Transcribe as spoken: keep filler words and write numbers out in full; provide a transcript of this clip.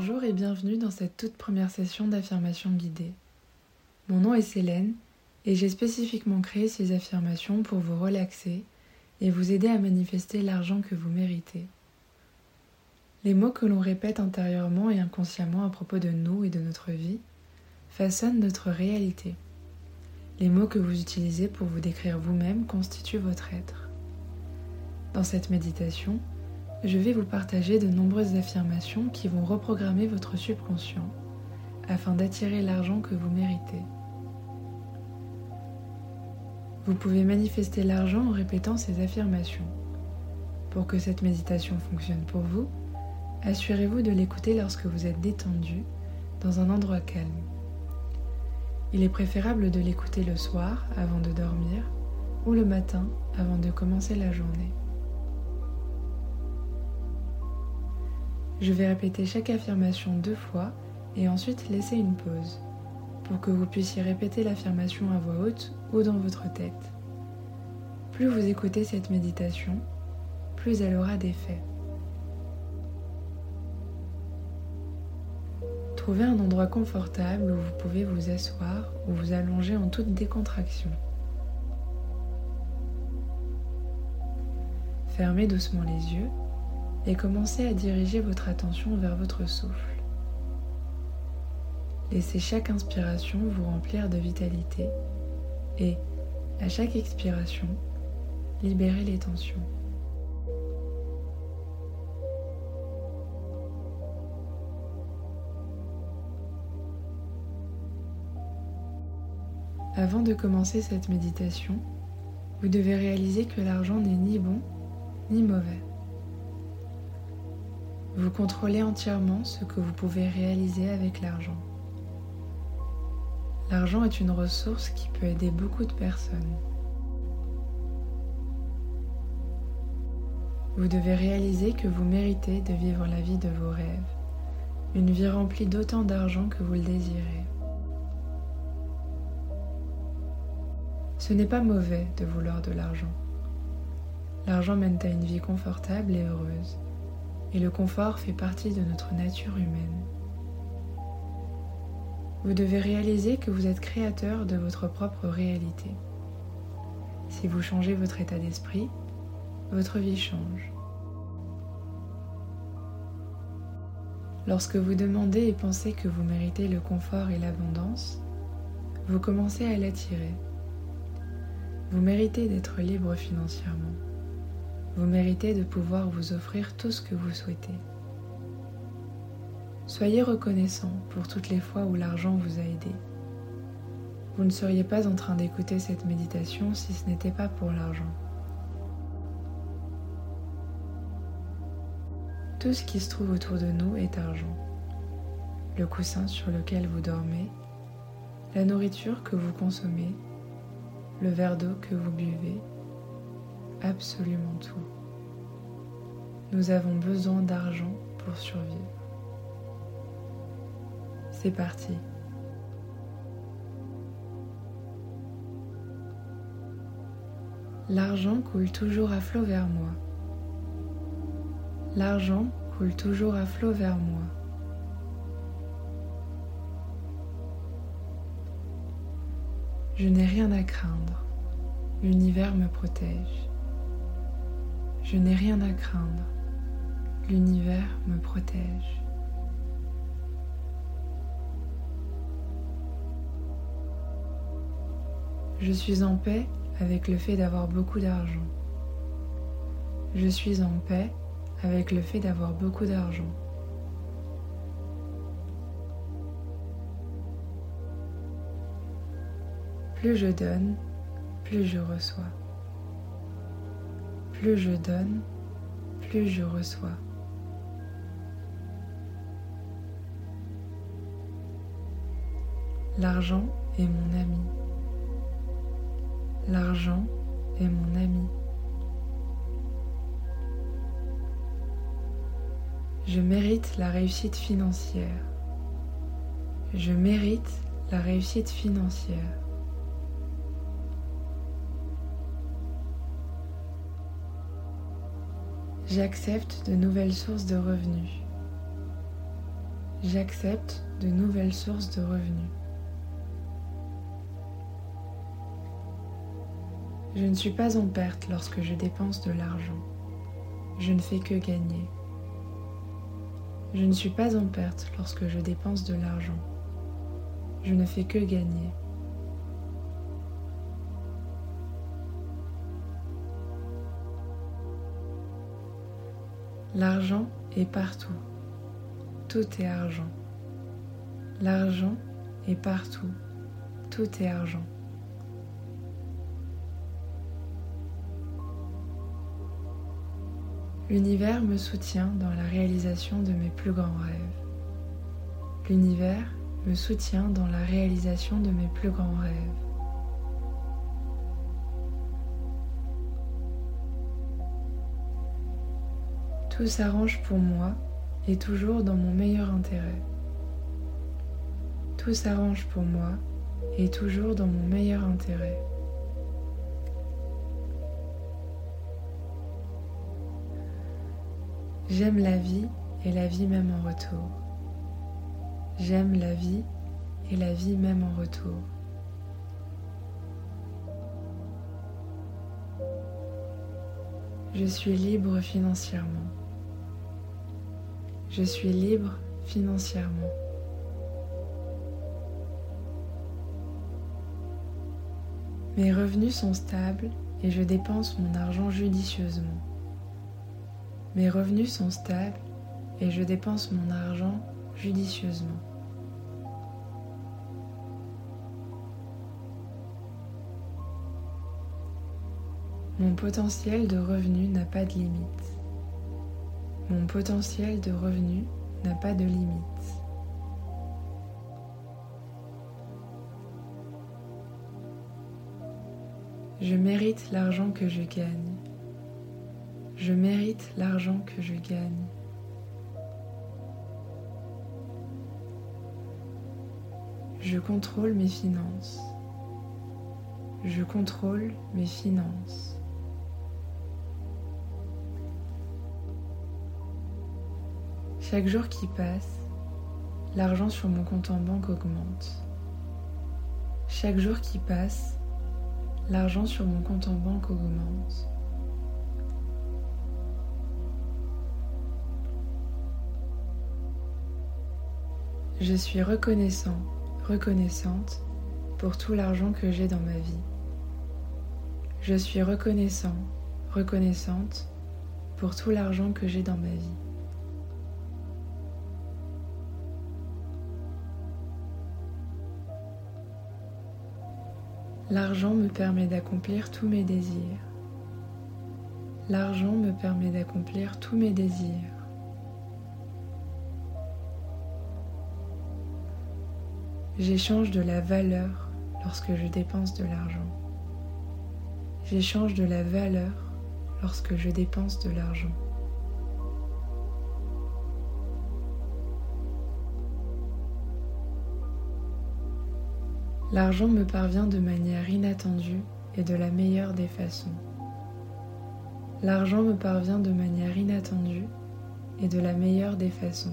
Bonjour et bienvenue dans cette toute première session d'affirmation guidée. Mon nom est Célène et j'ai spécifiquement créé ces affirmations pour vous relaxer et vous aider à manifester l'argent que vous méritez. Les mots que l'on répète intérieurement et inconsciemment à propos de nous et de notre vie façonnent notre réalité. Les mots que vous utilisez pour vous décrire vous-même constituent votre être. Dans cette méditation, je vais vous partager de nombreuses affirmations qui vont reprogrammer votre subconscient afin d'attirer l'argent que vous méritez. Vous pouvez manifester l'argent en répétant ces affirmations. Pour que cette méditation fonctionne pour vous, assurez-vous de l'écouter lorsque vous êtes détendu dans un endroit calme. Il est préférable de l'écouter le soir avant de dormir ou le matin avant de commencer la journée. Je vais répéter chaque affirmation deux fois et ensuite laisser une pause pour que vous puissiez répéter l'affirmation à voix haute ou dans votre tête. Plus vous écoutez cette méditation, plus elle aura d'effet. Trouvez un endroit confortable où vous pouvez vous asseoir ou vous allonger en toute décontraction. Fermez doucement les yeux et commencez à diriger votre attention vers votre souffle. Laissez chaque inspiration vous remplir de vitalité et, à chaque expiration, libérez les tensions. Avant de commencer cette méditation, vous devez réaliser que l'argent n'est ni bon ni mauvais. Vous contrôlez entièrement ce que vous pouvez réaliser avec l'argent. L'argent est une ressource qui peut aider beaucoup de personnes. Vous devez réaliser que vous méritez de vivre la vie de vos rêves, une vie remplie d'autant d'argent que vous le désirez. Ce n'est pas mauvais de vouloir de l'argent. L'argent mène à une vie confortable et heureuse. Et le confort fait partie de notre nature humaine. Vous devez réaliser que vous êtes créateur de votre propre réalité. Si vous changez votre état d'esprit, votre vie change. Lorsque vous demandez et pensez que vous méritez le confort et l'abondance, vous commencez à l'attirer. Vous méritez d'être libre financièrement. Vous méritez de pouvoir vous offrir tout ce que vous souhaitez. Soyez reconnaissant pour toutes les fois où l'argent vous a aidé. Vous ne seriez pas en train d'écouter cette méditation si ce n'était pas pour l'argent. Tout ce qui se trouve autour de nous est argent. Le coussin sur lequel vous dormez, la nourriture que vous consommez, le verre d'eau que vous buvez, absolument tout. Nous avons besoin d'argent pour survivre. C'est parti. L'argent coule toujours à flot vers moi. L'argent coule toujours à flot vers moi. Je n'ai rien à craindre. L'univers me protège. Je n'ai rien à craindre. L'univers me protège. Je suis en paix avec le fait d'avoir beaucoup d'argent. Je suis en paix avec le fait d'avoir beaucoup d'argent. Plus je donne, plus je reçois. Plus je donne, plus je reçois. L'argent est mon ami. L'argent est mon ami. Je mérite la réussite financière. Je mérite la réussite financière. J'accepte de nouvelles sources de revenus. J'accepte de nouvelles sources de revenus. Je ne suis pas en perte lorsque je dépense de l'argent. Je ne fais que gagner. Je ne suis pas en perte lorsque je dépense de l'argent. Je ne fais que gagner. L'argent est partout. Tout est argent. L'argent est partout. Tout est argent. L'univers me soutient dans la réalisation de mes plus grands rêves. L'univers me soutient dans la réalisation de mes plus grands rêves. Tout s'arrange pour moi et toujours dans mon meilleur intérêt. Tout s'arrange pour moi et toujours dans mon meilleur intérêt. J'aime la vie et la vie m'aime en retour. J'aime la vie et la vie m'aime en retour. Je suis libre financièrement. Je suis libre financièrement. Mes revenus sont stables et je dépense mon argent judicieusement. Mes revenus sont stables et je dépense mon argent judicieusement. Mon potentiel de revenu n'a pas de limite. Mon potentiel de revenu n'a pas de limite. Je mérite l'argent que je gagne. Je mérite l'argent que je gagne. Je contrôle mes finances. Je contrôle mes finances. Chaque jour qui passe, l'argent sur mon compte en banque augmente. Chaque jour qui passe, l'argent sur mon compte en banque augmente. Je suis reconnaissant, reconnaissante pour tout l'argent que j'ai dans ma vie. Je suis reconnaissant, reconnaissante pour tout l'argent que j'ai dans ma vie. L'argent me permet d'accomplir tous mes désirs. L'argent me permet d'accomplir tous mes désirs. J'échange de la valeur lorsque je dépense de l'argent. J'échange de la valeur lorsque je dépense de l'argent. L'argent me parvient de manière inattendue et de la meilleure des façons. L'argent me parvient de manière inattendue et de la meilleure des façons.